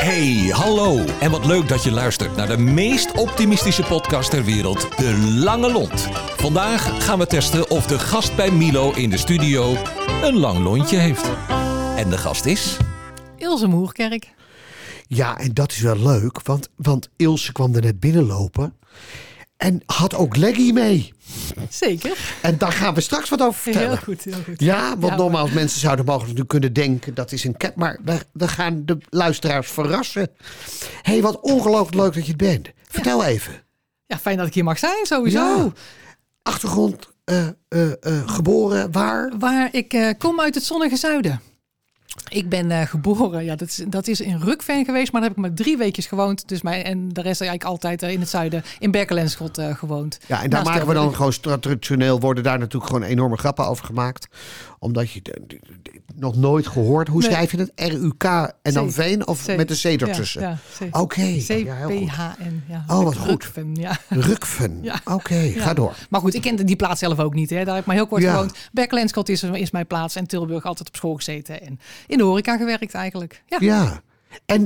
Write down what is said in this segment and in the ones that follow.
Hey, hallo. En wat leuk dat je luistert naar de meest optimistische podcast ter wereld, De Lange Lont. Vandaag gaan we testen of de gast bij Milo in de studio een lang lontje heeft. En de gast is... Ilse Moerkerk. Ja, en dat is wel leuk, want Ilse kwam er net binnenlopen en had ook Leggy mee. Zeker. En daar gaan we straks wat over vertellen. Heel goed, heel goed. Ja, want nogmaals, mensen zouden mogelijk natuurlijk kunnen denken dat is een cap, maar we gaan de luisteraars verrassen. Hé, wat ongelooflijk leuk dat je het bent. Vertel even. Ja, fijn dat ik hier mag zijn, sowieso. Ja. Achtergrond, geboren, waar? Waar ik kom uit het zonnige zuiden. Ik ben geboren, dat is in Rukven geweest, maar daar heb ik maar 3 weekjes gewoond. En de rest eigenlijk altijd in het zuiden, in Berkel-en-Schot gewoond. Ja, en daar maken we dan gewoon traditioneel, worden daar natuurlijk gewoon enorme grappen over gemaakt. Omdat je nog nooit gehoord. Hoe schrijf je het? R-U-K en dan Veen of met een C ertussen? Ja, Oké. C-P-H-N. Ja, oh, wat goed. Rukven, ja. Rukven. Ja. Oké, ga door. Maar goed, ik kende die plaats zelf ook niet. Hè. Daar heb ik maar heel kort gewoond. Berkel-en-Schot is mijn plaats en Tilburg altijd op school gezeten. En in de horeca gewerkt eigenlijk. Ja. En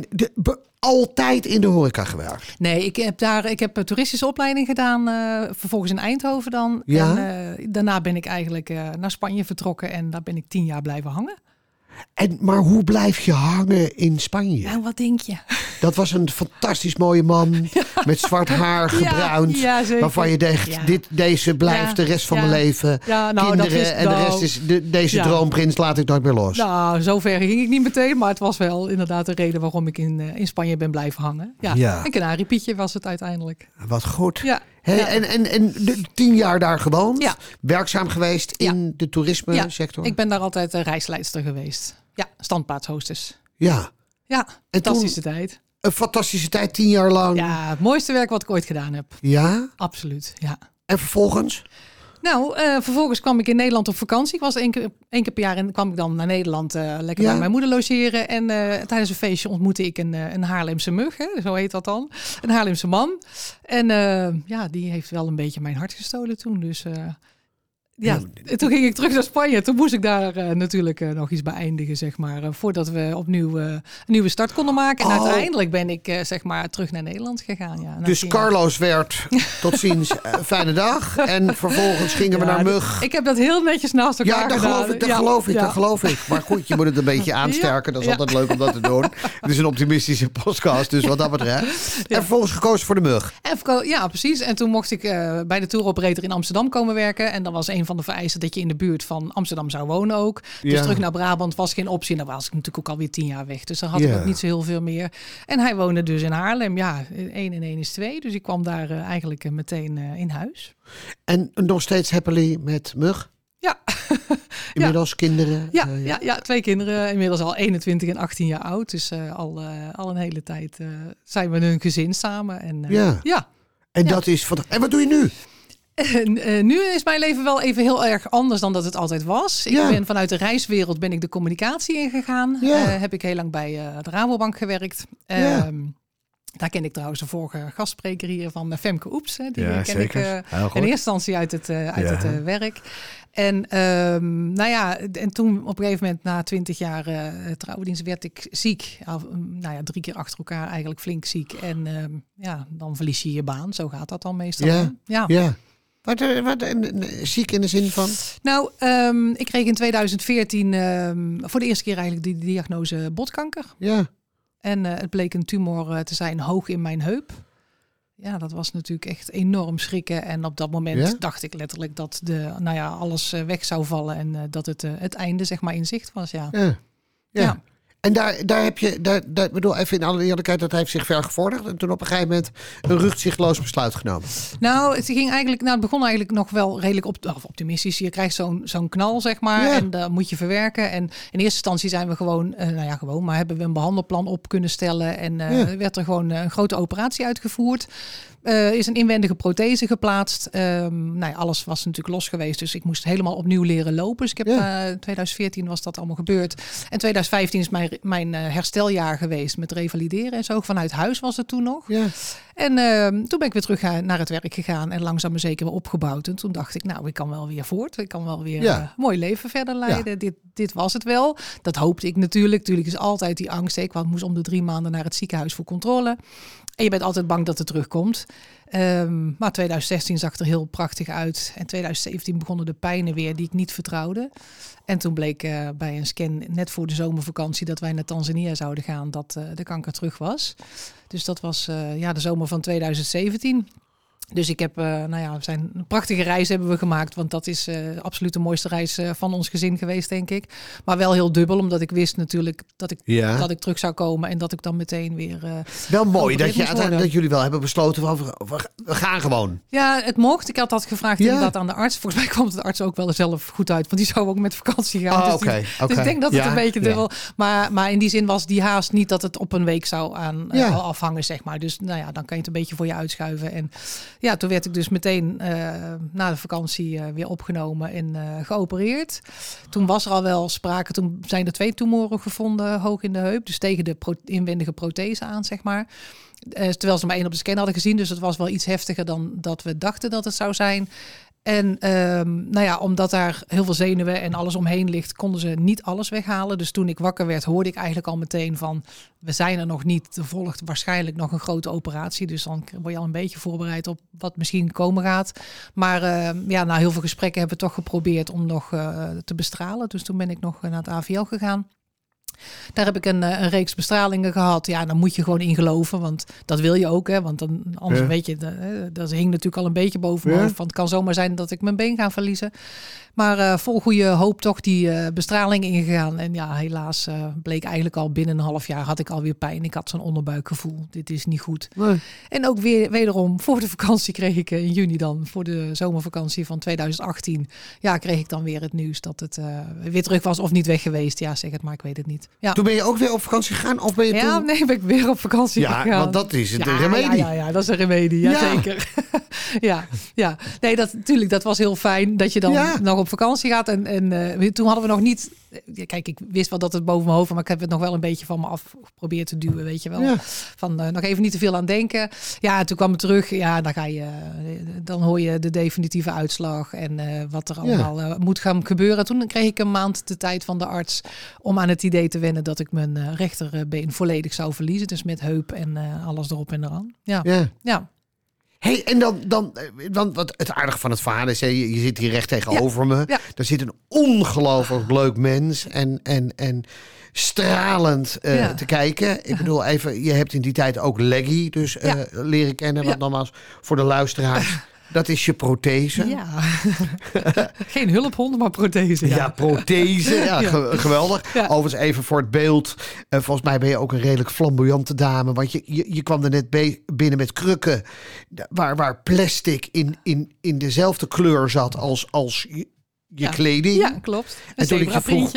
altijd in de horeca gewerkt? Nee, ik heb toeristische opleiding gedaan. Vervolgens in Eindhoven dan. Ja. En daarna ben ik eigenlijk naar Spanje vertrokken. En daar ben ik 10 jaar blijven hangen. Maar hoe blijf je hangen in Spanje? Nou, wat denk je? Dat was een fantastisch mooie man. Met zwart haar, gebruind. Ja, waarvan je denkt, deze blijft de rest van mijn leven. Ja, nou, kinderen dat is, en de rest is... Deze droomprins laat ik nooit meer los. Nou, zover ging ik niet meteen. Maar het was wel inderdaad de reden waarom ik in Spanje ben blijven hangen. Ja. Een kanariepietje was het uiteindelijk. Wat goed. Ja. Hey, en 10 jaar daar gewoond. Ja. Werkzaam geweest in de toerisme sector. Ik ben daar altijd reisleidster geweest. Ja, standplaatshostess. Ja. Ja, fantastische tijd. Een fantastische tijd, 10 jaar lang. Ja, het mooiste werk wat ik ooit gedaan heb. Ja? Absoluut, ja. En vervolgens? Nou, vervolgens kwam ik in Nederland op vakantie. Ik was één keer per jaar en kwam ik dan naar Nederland lekker bij mijn moeder logeren. En tijdens een feestje ontmoette ik een Haarlemse mug, hè, zo heet dat dan. Een Haarlemse man. En die heeft wel een beetje mijn hart gestolen toen. Dus en toen ging ik terug naar Spanje. Toen moest ik daar natuurlijk nog iets beëindigen, zeg maar. Voordat we opnieuw een nieuwe start konden maken. En uiteindelijk ben ik terug naar Nederland gegaan. Ja, dus Carlos werd, tot ziens, fijne dag. En vervolgens gingen we naar Mug. Ik heb dat heel netjes naast elkaar gedaan. Dat geloof ik. Maar goed, je moet het een beetje aansterken. Dat is altijd leuk om dat te doen. Het is een optimistische podcast, dus wat dat betreft. En vervolgens gekozen voor de Mug. Ja, precies. En toen mocht ik bij de tour operator in Amsterdam komen werken. En dan was een van de vereisten dat je in de buurt van Amsterdam zou wonen ook. Dus terug naar Brabant was geen optie. En dan was ik natuurlijk ook alweer 10 jaar weg. Dus dan had ik ook niet zo heel veel meer. En hij woonde dus in Haarlem. Ja, 1 en 1 is 2. Dus ik kwam daar eigenlijk meteen in huis. En nog steeds happily met Mug? Ja. Inmiddels kinderen? Ja, 2 kinderen. Inmiddels al 21 en 18 jaar oud. Dus al een hele tijd zijn we een gezin samen. En dat is van. En wat doe je nu? Nu is mijn leven wel even heel erg anders dan dat het altijd was. Ik ben vanuit de reiswereld de communicatie ingegaan. Heb ik heel lang bij de Rabobank gewerkt. Daar ken ik trouwens de vorige gastspreker hier van Femke Oeps. Die ken ik in eerste instantie uit het werk. En en toen op een gegeven moment na 20 jaar trouwdienst werd ik ziek. 3 keer achter elkaar eigenlijk flink ziek. En dan verlies je je baan. Zo gaat dat dan meestal. Ja. Wat ziek in de zin van? Nou, ik kreeg in 2014 voor de eerste keer eigenlijk die diagnose botkanker. Ja. En het bleek een tumor te zijn hoog in mijn heup. Ja, dat was natuurlijk echt enorm schrikken. En op dat moment dacht ik letterlijk dat alles weg zou vallen. En dat het einde zeg maar in zicht was, ja. En daar heb je, bedoel even in alle eerlijkheid, dat heeft zich vergevorderd. En toen op een gegeven moment een rugzichtloos besluit genomen. Nou, het begon eigenlijk nog wel redelijk optimistisch. Je krijgt zo'n knal, zeg maar. En dat moet je verwerken. En in eerste instantie zijn we maar hebben we een behandelplan op kunnen stellen. En werd er gewoon een grote operatie uitgevoerd. Is een inwendige prothese geplaatst. Alles was natuurlijk los geweest. Dus ik moest helemaal opnieuw leren lopen. Dus ik heb 2014 was dat allemaal gebeurd. En 2015 is mijn hersteljaar geweest met revalideren en zo. Vanuit huis was het toen nog. Ja. En toen ben ik weer terug naar het werk gegaan en langzaam maar zeker weer opgebouwd. En toen dacht ik, nou, ik kan wel weer voort. Ik kan wel weer een mooi leven verder leiden. Ja. Dit was het wel. Dat hoopte ik natuurlijk. Tuurlijk is altijd die angst. Ik moest om de 3 maanden naar het ziekenhuis voor controle. En je bent altijd bang dat het terugkomt. Maar 2016 zag er heel prachtig uit. En 2017 begonnen de pijnen weer die ik niet vertrouwde. En toen bleek bij een scan net voor de zomervakantie dat wij naar Tanzania zouden gaan, dat de kanker terug was. Dus dat was de zomer van 2017. Dus ik heb, zijn een prachtige reis hebben we gemaakt. Want dat is absoluut de mooiste reis van ons gezin geweest, denk ik. Maar wel heel dubbel, omdat ik wist natuurlijk dat ik terug zou komen. En dat ik dan meteen weer... wel mooi dat jullie wel hebben besloten van we gaan gewoon. Ja, het mocht. Ik had dat gevraagd inderdaad aan de arts. Volgens mij komt de arts ook wel zelf goed uit. Want die zou ook met vakantie gaan. Dus ik denk dat het een beetje dubbel... Maar in die zin was die haast niet dat het op een week zou afhangen, zeg maar. Dus dan kan je het een beetje voor je uitschuiven. En ja, toen werd ik dus meteen na de vakantie weer opgenomen en geopereerd. Toen was er al wel sprake, toen zijn er 2 tumoren gevonden hoog in de heup. Dus tegen de inwendige prothese aan, zeg maar. Terwijl ze maar 1 op de scan hadden gezien. Dus het was wel iets heftiger dan dat we dachten dat het zou zijn. En omdat daar heel veel zenuwen en alles omheen ligt, konden ze niet alles weghalen. Dus toen ik wakker werd, hoorde ik eigenlijk al meteen van, we zijn er nog niet. Er volgt waarschijnlijk nog een grote operatie. Dus dan word je al een beetje voorbereid op wat misschien komen gaat. Maar na heel veel gesprekken hebben we toch geprobeerd om nog te bestralen. Dus toen ben ik nog naar het AVL gegaan. Daar heb ik een reeks bestralingen gehad. Ja, dan moet je gewoon in geloven, want dat wil je ook. Hè? Want anders weet je, dat hing natuurlijk al een beetje boven me hoofd. Want het kan zomaar zijn dat ik mijn been ga verliezen. Maar vol goede hoop toch die bestraling ingegaan. En ja, helaas bleek eigenlijk al binnen een half jaar had ik alweer pijn. Ik had zo'n onderbuikgevoel. Dit is niet goed. Nee. En ook wederom voor de vakantie kreeg ik in juni dan, voor de zomervakantie van 2018, kreeg ik dan weer het nieuws dat het weer terug was of niet weg geweest. Ja, zeg het maar, ik weet het niet. Ja. Toen ben je ook weer op vakantie gegaan? Of ben je ben ik weer op vakantie gegaan. Ja, want dat is het, de remedie. Ja, dat is een remedie, zeker. Ja. Nee, dat was heel fijn dat je dan nog op vakantie gaat. En toen hadden we nog niet... Kijk, ik wist wel dat het boven mijn hoofd was, maar ik heb het nog wel een beetje van me af geprobeerd te duwen, weet je wel. Ja. Van nog even niet te veel aan denken. Ja, toen kwam het terug. Ja, dan hoor je de definitieve uitslag en wat er allemaal moet gaan gebeuren. Toen kreeg ik een maand de tijd van de arts om aan het idee te wennen dat ik mijn rechterbeen volledig zou verliezen. Dus met heup en alles erop en eraan. Ja. Hey, en dan wat het aardige van het verhaal is, je zit hier recht tegenover me. Ja. Er zit een ongelooflijk leuk mens en stralend te kijken. Ik bedoel even, je hebt in die tijd ook Leggy dus leren kennen. Want nogmaals, voor de luisteraars, dat is je prothese. Ja. Geen hulphond, maar prothese. Ja, prothese. Ja, geweldig. Ja. Overigens even voor het beeld. Volgens mij ben je ook een redelijk flamboyante dame. Want je kwam er net binnen met krukken. Waar plastic in dezelfde kleur zat als je kleding. Ja, klopt. En toen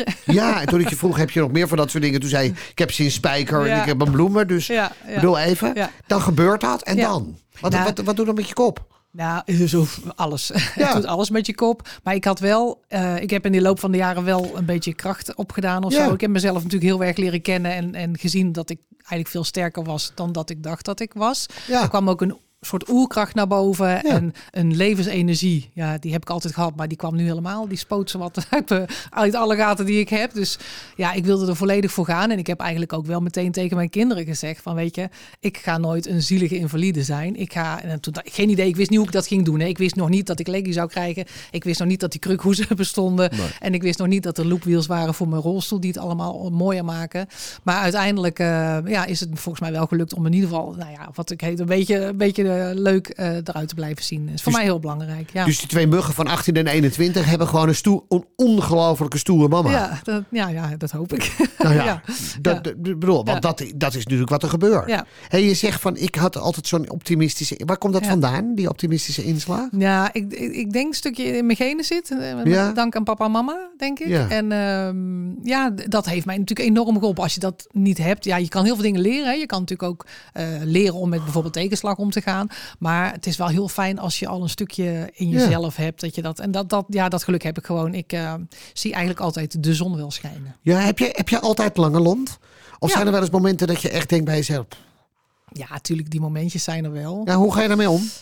ik je vroeg, heb je nog meer van dat soort dingen? Toen zei je, ik heb ze in spijker en ik heb een bloemen. Dus bedoel even. Ja. Dan gebeurt dat en dan? Wat doe dan met je kop? Nou, zo alles. Het doet alles met je kop. Maar ik had wel, ik heb in de loop van de jaren wel een beetje kracht opgedaan of zo. Ik heb mezelf natuurlijk heel erg leren kennen en gezien dat ik eigenlijk veel sterker was dan dat ik dacht dat ik was. Er kwam ook een soort oerkracht naar boven en een levensenergie. Ja, die heb ik altijd gehad, maar die kwam nu helemaal. Die spoot ze wat uit alle gaten die ik heb. Dus ja, ik wilde er volledig voor gaan. En ik heb eigenlijk ook wel meteen tegen mijn kinderen gezegd van, weet je, ik ga nooit een zielige invalide zijn. Geen idee, ik wist niet hoe ik dat ging doen. Hè. Ik wist nog niet dat ik Leggy zou krijgen. Ik wist nog niet dat die krukhoezen bestonden. Nee. En ik wist nog niet dat er loopwheels waren voor mijn rolstoel die het allemaal mooier maken. Maar uiteindelijk is het volgens mij wel gelukt om in ieder geval, wat ik heet, een beetje leuk eruit te blijven zien. Dat is voor mij heel belangrijk. Ja. Dus die 2 muggen van 18 en 21 hebben gewoon een ongelofelijke stoere mama. Ja, dat hoop ik. Bedoel, want dat is natuurlijk wat er gebeurt. Ja. Hey, je zegt van, ik had altijd zo'n optimistische... Waar komt dat vandaan, die optimistische inslag? Ja, ik denk een stukje in mijn genen zit. Dank aan papa en mama, denk ik. Ja. En dat heeft mij natuurlijk enorm geholpen. Als je dat niet hebt, je kan heel veel dingen leren. Hè. Je kan natuurlijk ook leren om met bijvoorbeeld tegenslag om te gaan. Maar het is wel heel fijn als je al een stukje in jezelf hebt. Dat geluk heb ik gewoon. Ik zie eigenlijk altijd de zon wel schijnen. Ja, heb je altijd lange lont? Of zijn er wel eens momenten dat je echt denkt bij jezelf... Ja, natuurlijk, die momentjes zijn er wel. Ja, hoe ga je daarmee om?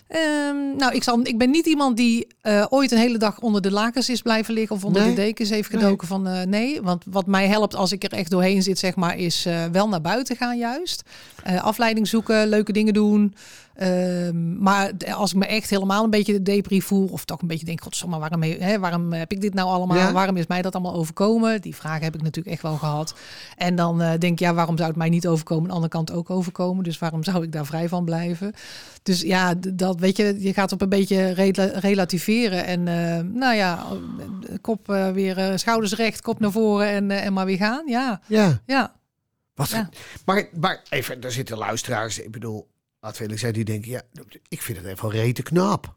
Ik ben niet iemand die ooit een hele dag onder de lakens is blijven liggen of onder de dekens heeft gedoken van nee. Want wat mij helpt als ik er echt doorheen zit, zeg maar, is wel naar buiten gaan juist. Afleiding zoeken, leuke dingen doen. Maar als ik me echt helemaal een beetje de depri voel of toch een beetje denk, godsamme, waarom heb ik dit nou allemaal? Ja. Waarom is mij dat allemaal overkomen? Die vragen heb ik natuurlijk echt wel gehad. En dan denk ik, ja, waarom zou het mij niet overkomen? Aan de andere kant ook overkomen. Dus waarom zou ik daar vrij van blijven? Dus ja, dat weet je gaat op een beetje relativeren. En kop weer schouders recht, kop naar voren en maar weer gaan. Ja. Wat? Ja. Maar even, er zitten luisteraars, ik bedoel, laten we eerlijk zijn, die denken, ja, ik vind het even rete knap.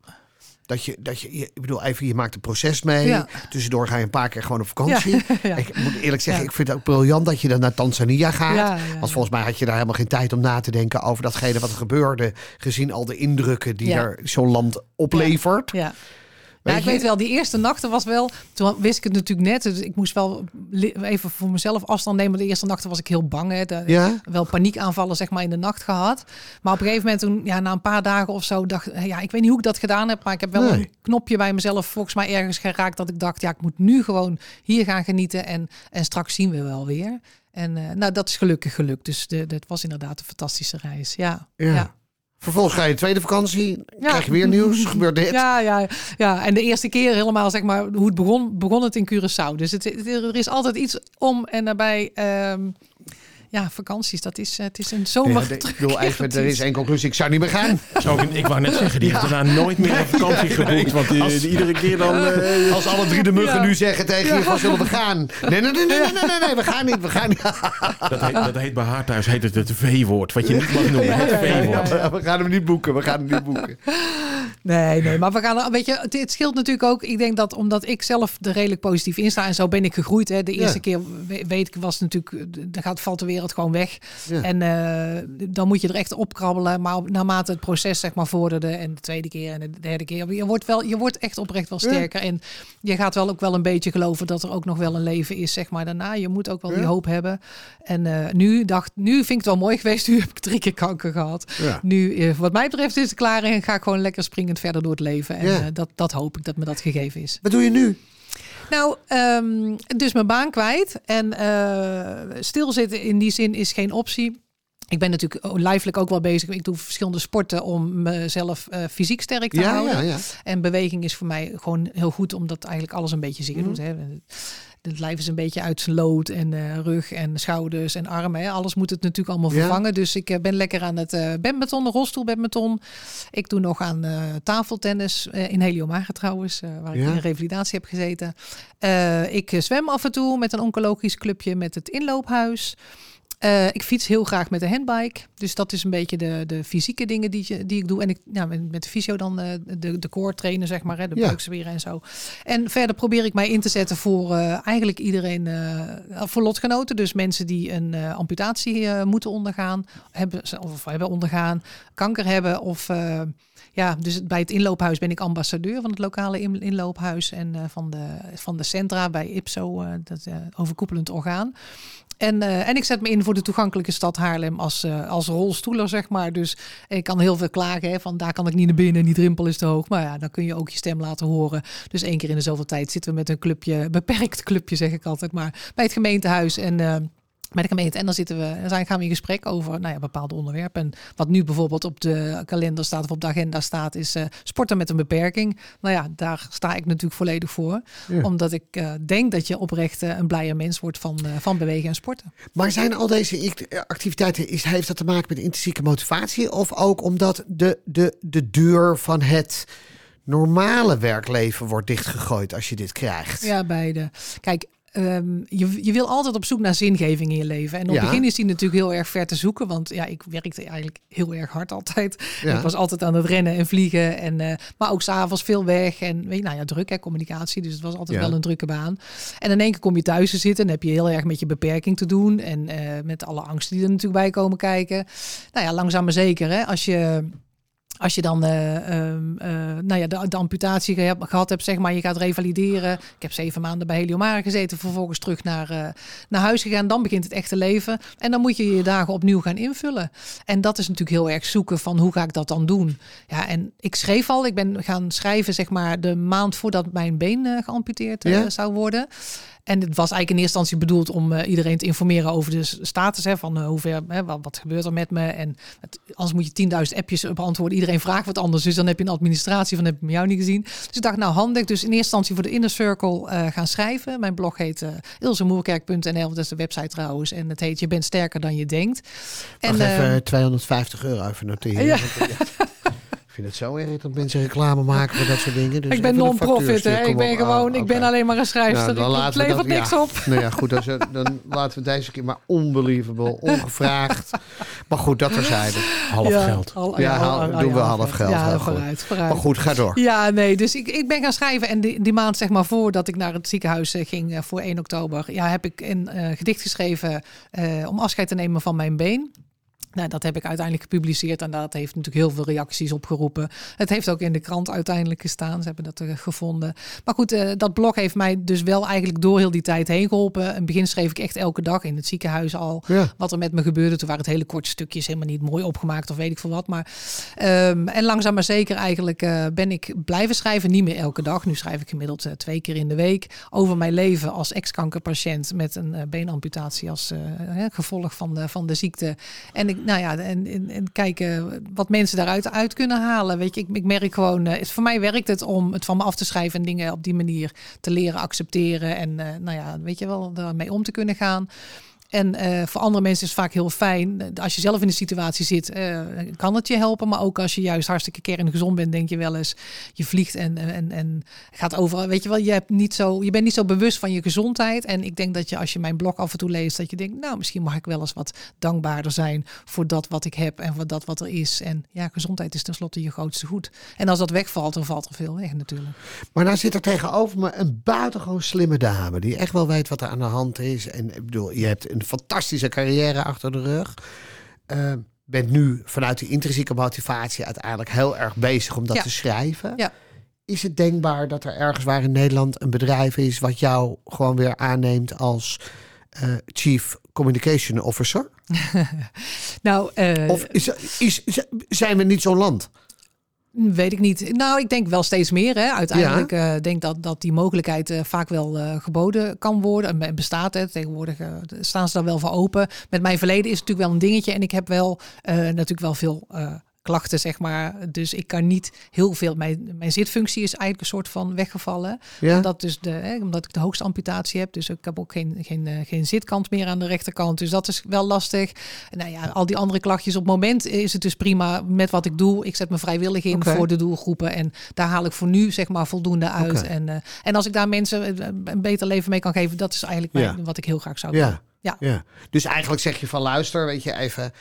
Ik bedoel, even, je maakt een proces mee. Ja. Tussendoor ga je een paar keer gewoon op vakantie. Ja. Ik moet eerlijk zeggen, ik vind het ook briljant dat je dan naar Tanzania gaat. Want volgens mij had je daar helemaal geen tijd om na te denken over datgene wat er gebeurde. Gezien al de indrukken die er zo'n land oplevert. Ja. Ja, ik weet wel, die eerste nachten was wel... Toen wist ik het natuurlijk net. Dus ik moest wel even voor mezelf afstand nemen. De eerste nachten was ik heel bang. Wel paniekaanvallen, zeg maar, in de nacht gehad. Maar op een gegeven moment toen, na een paar dagen of zo... dacht ik weet niet hoe ik dat gedaan heb. Maar ik heb wel een knopje bij mezelf volgens mij ergens geraakt. Dat ik dacht, ik moet nu gewoon hier gaan genieten. En straks zien we wel weer. En dat is gelukkig gelukt. Dus dat was inderdaad een fantastische reis. Ja. Vervolgens ga je tweede vakantie, krijg je weer nieuws, gebeurt dit. Ja, en de eerste keer helemaal, zeg maar, hoe het begon het in Curaçao. Dus er is altijd iets om en daarbij... vakanties, het is een zomer. Ik bedoel, eigenlijk, er is één conclusie, ik zou niet meer gaan. Ik wou net zeggen, die heeft daarna nooit meer een vakantie geboekt. Want iedere keer dan... Als alle drie de muggen nu zeggen tegen je van, zullen we gaan? Nee, we gaan niet. Dat heet bij haar thuis, heet het V-woord. Wat je niet mag noemen, het V-woord. We gaan hem niet boeken. Nee, maar we gaan, weet je, het scheelt natuurlijk ook. Ik denk dat omdat ik zelf er redelijk positief in sta en zo ben ik gegroeid. Hè. De eerste keer weet ik was natuurlijk, valt de wereld gewoon weg. Ja. En dan moet je er echt opkrabbelen. Maar naarmate het proces, zeg maar, vorderde en de tweede keer en de derde keer, je wordt echt oprecht wel sterker. Ja. En je gaat wel ook wel een beetje geloven dat er ook nog wel een leven is, zeg maar, daarna. Je moet ook wel die hoop hebben. En nu vind ik het wel mooi geweest. Nu heb ik 3 keer kanker gehad. Ja. Nu, wat mij betreft, is het klaar en ga ik gewoon lekker springend verder door het leven. En dat hoop ik dat me dat gegeven is. Wat doe je nu? Nou, dus mijn baan kwijt. En stilzitten in die zin is geen optie. Ik ben natuurlijk lijfelijk ook wel bezig. Ik doe verschillende sporten om mezelf fysiek sterk te houden. Ja. En beweging is voor mij gewoon heel goed, omdat eigenlijk alles een beetje zeer doet. Hè. Het lijf is een beetje uit zijn lood en rug en schouders en armen. Hè. Alles moet het natuurlijk allemaal vervangen. Dus ik ben lekker aan het badminton, rolstoelbadminton. Ik doe nog aan tafeltennis in Heliomagen trouwens, waar ik in revalidatie heb gezeten. Ik zwem af en toe met een oncologisch clubje met het inloophuis. Ik fiets heel graag met de handbike. Dus dat is een beetje de fysieke dingen die ik doe. En ik met de fysio dan de core trainen, zeg maar. Hè, de buikspieren en zo. En verder probeer ik mij in te zetten voor eigenlijk iedereen. Voor lotgenoten. Dus mensen die een amputatie moeten ondergaan. Hebben ondergaan. Kanker hebben. Of dus bij het inloophuis ben ik ambassadeur van het lokale inloophuis. En van de centra bij IPSO. Dat overkoepelend orgaan. En ik zet me in voor de toegankelijke stad Haarlem als rolstoeler, zeg maar. Dus ik kan heel veel klagen, hè, van daar kan ik niet naar binnen, die drempel is te hoog. Maar ja, dan kun je ook je stem laten horen. Dus 1 keer in de zoveel tijd zitten we met een clubje, beperkt clubje zeg ik altijd, maar bij het gemeentehuis en bij de gemeente. En dan gaan we in gesprek over bepaalde onderwerpen. En wat nu bijvoorbeeld op de kalender staat of op de agenda staat, is sporten met een beperking. Nou ja, daar sta ik natuurlijk volledig voor. Ja. Omdat ik denk dat je oprecht een blijer mens wordt van bewegen en sporten. Maar zijn al deze activiteiten, heeft dat te maken met intrinsieke motivatie? Of ook omdat de deur van het normale werkleven wordt dichtgegooid als je dit krijgt? Ja, beide. Kijk, je wil altijd op zoek naar zingeving in je leven. En op het begin is die natuurlijk heel erg ver te zoeken. Want ik werkte eigenlijk heel erg hard altijd. Ja. Ik was altijd aan het rennen en vliegen. Maar ook 's avonds veel weg. En druk, hè, communicatie. Dus het was altijd wel een drukke baan. En in één keer kom je thuis te zitten. En heb je heel erg met je beperking te doen. En met alle angsten die er natuurlijk bij komen kijken. Langzaam maar zeker. Hè, Als je dan de amputatie gehad hebt, zeg maar, je gaat revalideren. Ik heb 7 maanden bij Heliomare gezeten, vervolgens terug naar huis gegaan. Dan begint het echte leven. En dan moet je je dagen opnieuw gaan invullen. En dat is natuurlijk heel erg zoeken van hoe ga ik dat dan doen? Ja, en ik ben gaan schrijven, zeg maar, de maand voordat mijn been geamputeerd zou worden. En het was eigenlijk in eerste instantie bedoeld om iedereen te informeren over de status. Van hoever, wat gebeurt er met me? En anders moet je 10.000 appjes beantwoorden. Iedereen vraagt wat anders. Dus dan heb je een administratie van, heb ik jou niet gezien. Dus ik dacht, nou handig. Dus in eerste instantie voor de Inner Circle gaan schrijven. Mijn blog heet ilsemoerkerk.nl. Dat is de website trouwens. En het heet Je bent sterker dan je denkt. Mag even €250 even noteren. Ja. Ik vind het zo erg dat mensen reclame maken voor dat soort dingen. Dus ik ben non-profit, hè? Ik ben gewoon, ik ben alleen maar een schrijfster. Nou, het levert niks op. Nou ja, goed, dan laten we deze keer maar unbelievable, ongevraagd. Maar goed, dat terzijde. Half geld. Doen we half geld. Ja, vooruit. Maar goed, ga door. Ja, nee, dus ik ben gaan schrijven. En die maand, zeg maar, voordat ik naar het ziekenhuis ging voor 1 oktober... heb ik een gedicht geschreven om afscheid te nemen van mijn been. Nou, dat heb ik uiteindelijk gepubliceerd en dat heeft natuurlijk heel veel reacties opgeroepen. Het heeft ook in de krant uiteindelijk gestaan. Ze hebben dat gevonden. Maar goed, dat blog heeft mij dus wel eigenlijk door heel die tijd heen geholpen. In het begin schreef ik echt elke dag in het ziekenhuis al wat er met me gebeurde. Toen waren het hele korte stukjes, helemaal niet mooi opgemaakt of weet ik veel wat. Maar, en langzaam maar zeker eigenlijk ben ik blijven schrijven. Niet meer elke dag. Nu schrijf ik gemiddeld 2 keer in de week over mijn leven als ex-kankerpatiënt met een beenamputatie als gevolg van de ziekte. En en kijken wat mensen daaruit uit kunnen halen. Weet je, ik merk gewoon, voor mij werkt het om het van me af te schrijven en dingen op die manier te leren accepteren. En weet je wel, daarmee om te kunnen gaan. En voor andere mensen is het vaak heel fijn. Als je zelf in de situatie zit, kan het je helpen. Maar ook als je juist hartstikke kerngezond bent, denk je wel eens, je vliegt en gaat overal. Weet je wel, je bent niet zo bewust van je gezondheid. En ik denk dat je, als je mijn blog af en toe leest, dat je denkt, nou, misschien mag ik wel eens wat dankbaarder zijn voor dat wat ik heb en voor dat wat er is. En ja, gezondheid is tenslotte je grootste goed. En als dat wegvalt, dan valt er veel weg natuurlijk. Maar nou zit er tegenover me een buitengewoon slimme dame die echt wel weet wat er aan de hand is. En ik bedoel, je hebt een fantastische carrière achter de rug. Bent nu vanuit die intrinsieke motivatie uiteindelijk heel erg bezig om dat te schrijven. Ja. Is het denkbaar dat er ergens waar in Nederland een bedrijf is wat jou gewoon weer aanneemt als Chief Communication Officer? Of zijn we niet zo'n land? Weet ik niet. Nou, ik denk wel steeds meer. Hè. Uiteindelijk denk dat die mogelijkheid vaak wel geboden kan worden. En bestaat het. Tegenwoordig staan ze daar wel voor open. Met mijn verleden is het natuurlijk wel een dingetje. En ik heb wel natuurlijk wel veel klachten, zeg maar. Dus ik kan niet heel veel. Mijn zitfunctie is eigenlijk een soort van weggevallen. Ja. Omdat ik de hoogste amputatie heb. Dus ik heb ook geen zitkant meer aan de rechterkant. Dus dat is wel lastig. Nou ja, al die andere klachtjes. Op het moment is het dus prima met wat ik doe. Ik zet me vrijwillig in voor de doelgroepen. En daar haal ik voor nu, zeg maar, voldoende uit. En als ik daar mensen een beter leven mee kan geven, dat is eigenlijk wat ik heel graag zou doen. Ja. Dus eigenlijk zeg je van, luister, weet je, even,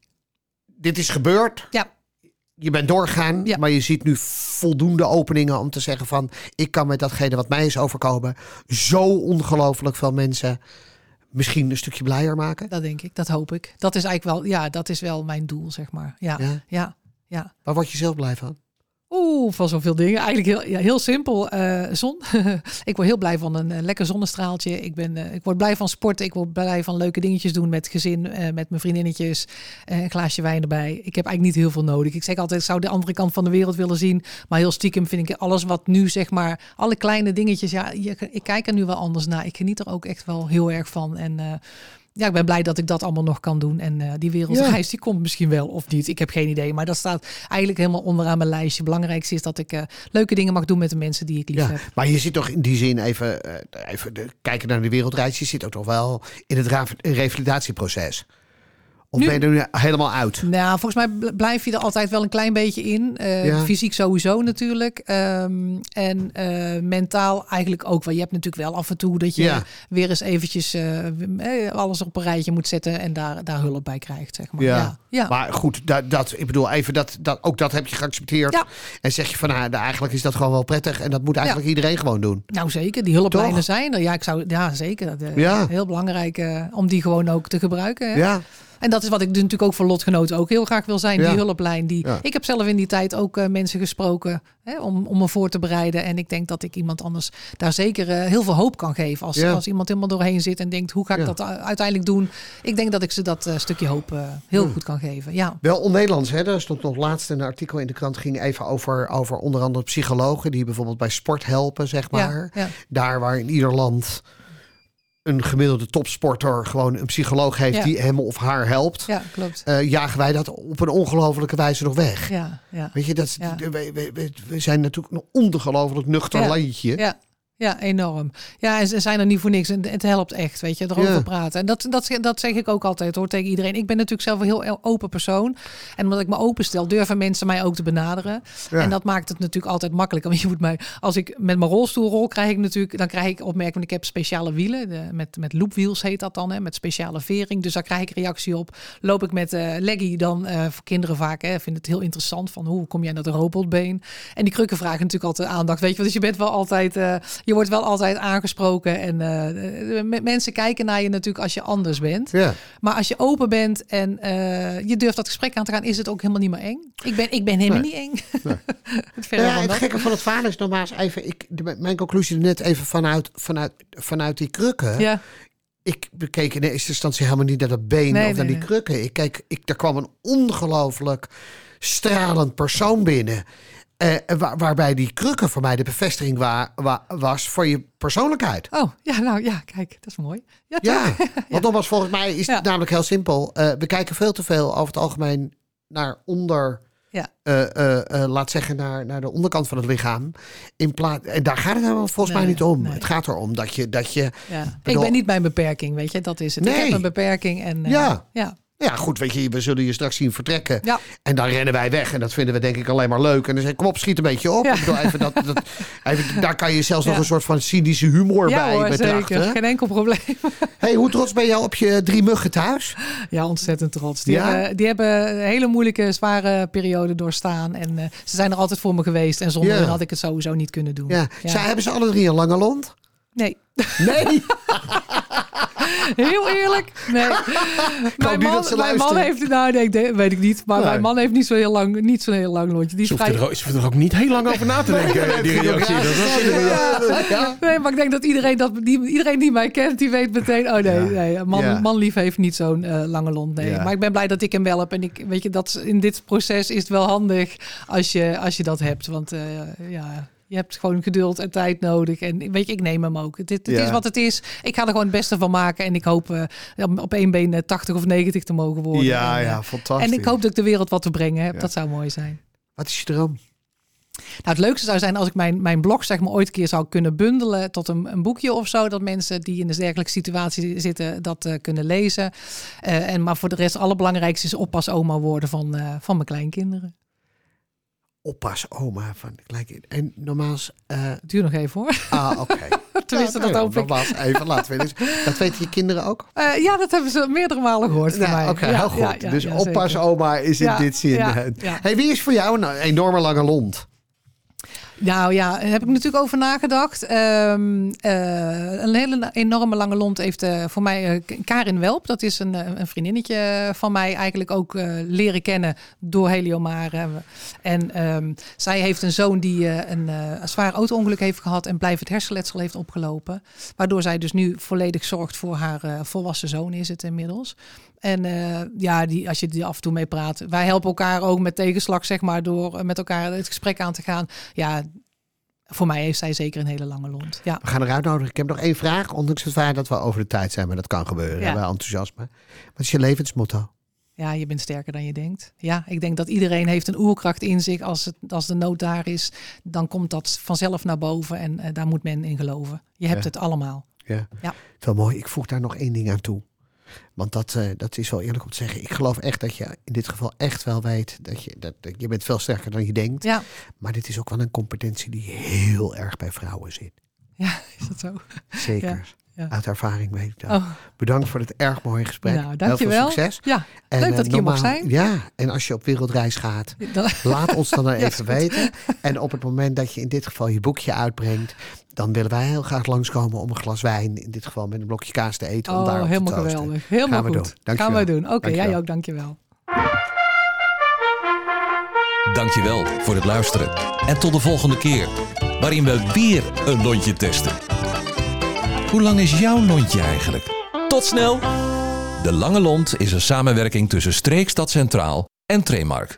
dit is gebeurd. Ja. Je bent doorgegaan, maar je ziet nu voldoende openingen om te zeggen van, ik kan met datgene wat mij is overkomen zo ongelooflijk veel mensen misschien een stukje blijer maken. Dat denk ik, dat hoop ik. Dat is eigenlijk wel, dat is wel mijn doel, zeg maar. Ja. Waar word je zelf blij van? Van zoveel dingen. Eigenlijk heel simpel. Zon. Ik word heel blij van een lekker zonnestraaltje. Ik word blij van sporten. Ik word blij van leuke dingetjes doen met gezin, met mijn vriendinnetjes. Een glaasje wijn erbij. Ik heb eigenlijk niet heel veel nodig. Ik zeg altijd, ik zou de andere kant van de wereld willen zien. Maar heel stiekem vind ik alles wat nu, zeg maar, alle kleine dingetjes. Ja, ik kijk er nu wel anders naar. Ik geniet er ook echt wel heel erg van. En ik ben blij dat ik dat allemaal nog kan doen. En die wereldreis, die komt misschien wel of niet. Ik heb geen idee. Maar dat staat eigenlijk helemaal onderaan mijn lijstje. Het belangrijkste is dat ik leuke dingen mag doen met de mensen die ik lief heb. Maar je zit toch in die zin even kijken naar de wereldreis. Je zit ook toch wel in het revalidatieproces. Of ben je er nu helemaal uit? Nou, volgens mij blijf je er altijd wel een klein beetje in. Fysiek sowieso natuurlijk. En mentaal eigenlijk ook wel. Je hebt natuurlijk wel af en toe dat je weer eens eventjes alles op een rijtje moet zetten en daar hulp bij krijgt, zeg maar. Ja. Maar goed, ik bedoel even ook dat heb je geaccepteerd. Ja. En zeg je van, eigenlijk is dat gewoon wel prettig en dat moet eigenlijk iedereen gewoon doen. Nou zeker, die hulplijnen toch zijn er. Ja, zeker. Heel belangrijk om die gewoon ook te gebruiken. Hè? Ja. En dat is wat ik natuurlijk ook voor lotgenoten ook heel graag wil zijn. Die hulplijn. Ik heb zelf in die tijd ook mensen gesproken om me voor te bereiden. En ik denk dat ik iemand anders daar zeker heel veel hoop kan geven. Als iemand helemaal doorheen zit en denkt, hoe ga ik dat uiteindelijk doen? Ik denk dat ik ze dat stukje hoop heel goed kan geven. Ja. Wel on-Nederlands, hè? Er stond nog laatst een artikel in de krant, ging even over onder andere psychologen die bijvoorbeeld bij sport helpen, zeg maar. Ja. Daar waar in ieder land een gemiddelde topsporter gewoon een psycholoog heeft die hem of haar helpt. Ja, klopt. Jagen wij dat op een ongelofelijke wijze nog weg. Ja. Weet je, we zijn natuurlijk een ongelooflijk nuchter landje. Ja. Ja, enorm. Ja, en ze zijn er niet voor niks. En het helpt echt, weet je, erover praten. En dat zeg ik ook altijd, hoor, tegen iedereen. Ik ben natuurlijk zelf een heel open persoon. En omdat ik me openstel, durven mensen mij ook te benaderen. Ja. En dat maakt het natuurlijk altijd makkelijker. Want je moet mij, als ik met mijn rolstoel rol, dan krijg ik opmerking, want ik heb speciale wielen. Met loopwiels heet dat dan, met speciale vering. Dus daar krijg ik reactie op. Loop ik met leggy dan, voor kinderen vaak, vind het heel interessant. Van hoe kom jij naar de robotbeen? En die krukken vragen natuurlijk altijd aandacht, weet je. Dus je bent wel altijd... je wordt wel altijd aangesproken en mensen kijken naar je natuurlijk als je anders bent. Ja. Maar als je open bent en je durft dat gesprek aan te gaan, is het ook helemaal niet meer eng. Ik ben helemaal niet eng. Nee. Het gekke van het verhaal is nogmaals even, mijn conclusie net even vanuit die krukken. Ja. Ik bekeek in eerste instantie helemaal niet naar dat been naar die krukken. Er kwam een ongelooflijk stralend persoon binnen. Waarbij die krukken voor mij de bevestiging was voor je persoonlijkheid. Oh, kijk, dat is mooi. Want nogmaals, volgens mij is het namelijk heel simpel. We kijken veel te veel over het algemeen naar laat zeggen, naar de onderkant van het lichaam. En daar gaat het volgens mij niet om. Nee. Het gaat erom dat je... Ik ben niet mijn beperking, weet je. Dat is het. Nee. Ik heb een beperking en... Ja, goed, weet je, we zullen je straks zien vertrekken. Ja. En dan rennen wij weg. En dat vinden we denk ik alleen maar leuk. En dan zeg ik, kom op, schiet een beetje op. Ja. Ik bedoel, even daar kan je zelfs nog een soort van cynische humor bij betrachten. Zeker. Geen enkel probleem. Hey, hoe trots ben je op je 3 muggen thuis? Ja, ontzettend trots. Die hebben een hele moeilijke, zware periode doorstaan. En ze zijn er altijd voor me geweest. En zonder hen had ik het sowieso niet kunnen doen. Ja. Hebben ze alle 3 een lange lont? Nee. Nee? Heel eerlijk. Nee. Mijn man heeft... weet ik niet. Maar mijn man heeft niet zo'n heel lang lontje. Ze hoeft er ook niet heel lang over na te denken. Die reactie. Nee, maar ik denk dat iedereen die mij kent, die weet meteen... Oh nee. Manlief heeft niet zo'n lange lont. Nee. Ja. Maar ik ben blij dat ik hem wel heb. En weet je, dat in dit proces is het wel handig als je dat hebt. Want je hebt gewoon geduld en tijd nodig. En weet je, ik neem hem ook. Het is wat het is. Ik ga er gewoon het beste van maken. En ik hoop op 1 been 80 of 90 te mogen worden. Ja, fantastisch. En ik hoop dat ik de wereld wat te brengen heb. Ja. Dat zou mooi zijn. Wat is je droom? Nou, het leukste zou zijn als ik mijn blog zeg maar ooit een keer zou kunnen bundelen tot een boekje of zo. Dat mensen die in een dergelijke situatie zitten dat kunnen lezen. Maar voor de rest, het allerbelangrijkste is oppas-oma worden van mijn kleinkinderen. Oppas-oma van de kleinkinderen. En normaals... Duur nog even hoor. Oké. Tenminste, dat hoop ik. Nogmaals, even laten we dus. Dat weten je kinderen ook? Ja, dat hebben ze meerdere malen gehoord van mij. Oké, heel goed. Dus oppas-oma is in dit zin... Hey, wie is voor jou een enorme lange lont? Nou ja, daar heb ik natuurlijk over nagedacht. Een hele enorme lange lont heeft voor mij Karin Welp. Dat is een vriendinnetje van mij eigenlijk ook leren kennen door Heliomare. En zij heeft een zoon die een zwaar auto-ongeluk heeft gehad en blijvend hersenletsel heeft opgelopen. Waardoor zij dus nu volledig zorgt voor haar volwassen zoon is het inmiddels. En als je die af en toe mee praat. Wij helpen elkaar ook met tegenslag, zeg maar, door met elkaar het gesprek aan te gaan. Ja, voor mij heeft zij zeker een hele lange lont. Ja. We gaan eruit nodigen. Ik heb nog 1 vraag, ondanks het feit dat we over de tijd zijn. Maar dat kan gebeuren, bij enthousiasme. Wat is je levensmotto? Ja, je bent sterker dan je denkt. Ja, ik denk dat iedereen heeft een oerkracht in zich. Als de nood daar is, dan komt dat vanzelf naar boven. En daar moet men in geloven. Je hebt het allemaal. Ja. Wel mooi. Ik voeg daar nog 1 ding aan toe. Want dat is wel eerlijk om te zeggen. Ik geloof echt dat je in dit geval echt wel weet dat je bent veel sterker dan je denkt. Ja. Maar dit is ook wel een competentie die heel erg bij vrouwen zit. Ja, is dat zo? Zeker. Uit ervaring weet ik dat. Bedankt voor het erg mooie gesprek. Nou, dankjewel. Heel veel succes. Ja, leuk dat ik hier mocht zijn. Ja, en als je op wereldreis gaat, laat ons dan even weten. En op het moment dat je in dit geval je boekje uitbrengt, dan willen wij heel graag langskomen om een glas wijn, in dit geval met een blokje kaas te eten. Om daarop helemaal te toosten. geweldig. Helemaal goed. Gaan we doen. Oké, jij ook, dankjewel. Dankjewel voor het luisteren. En tot de volgende keer, waarin we weer een lontje testen. Hoe lang is jouw lontje eigenlijk? Tot snel! De Lange Lont is een samenwerking tussen Streekstad Centraal en Tremark.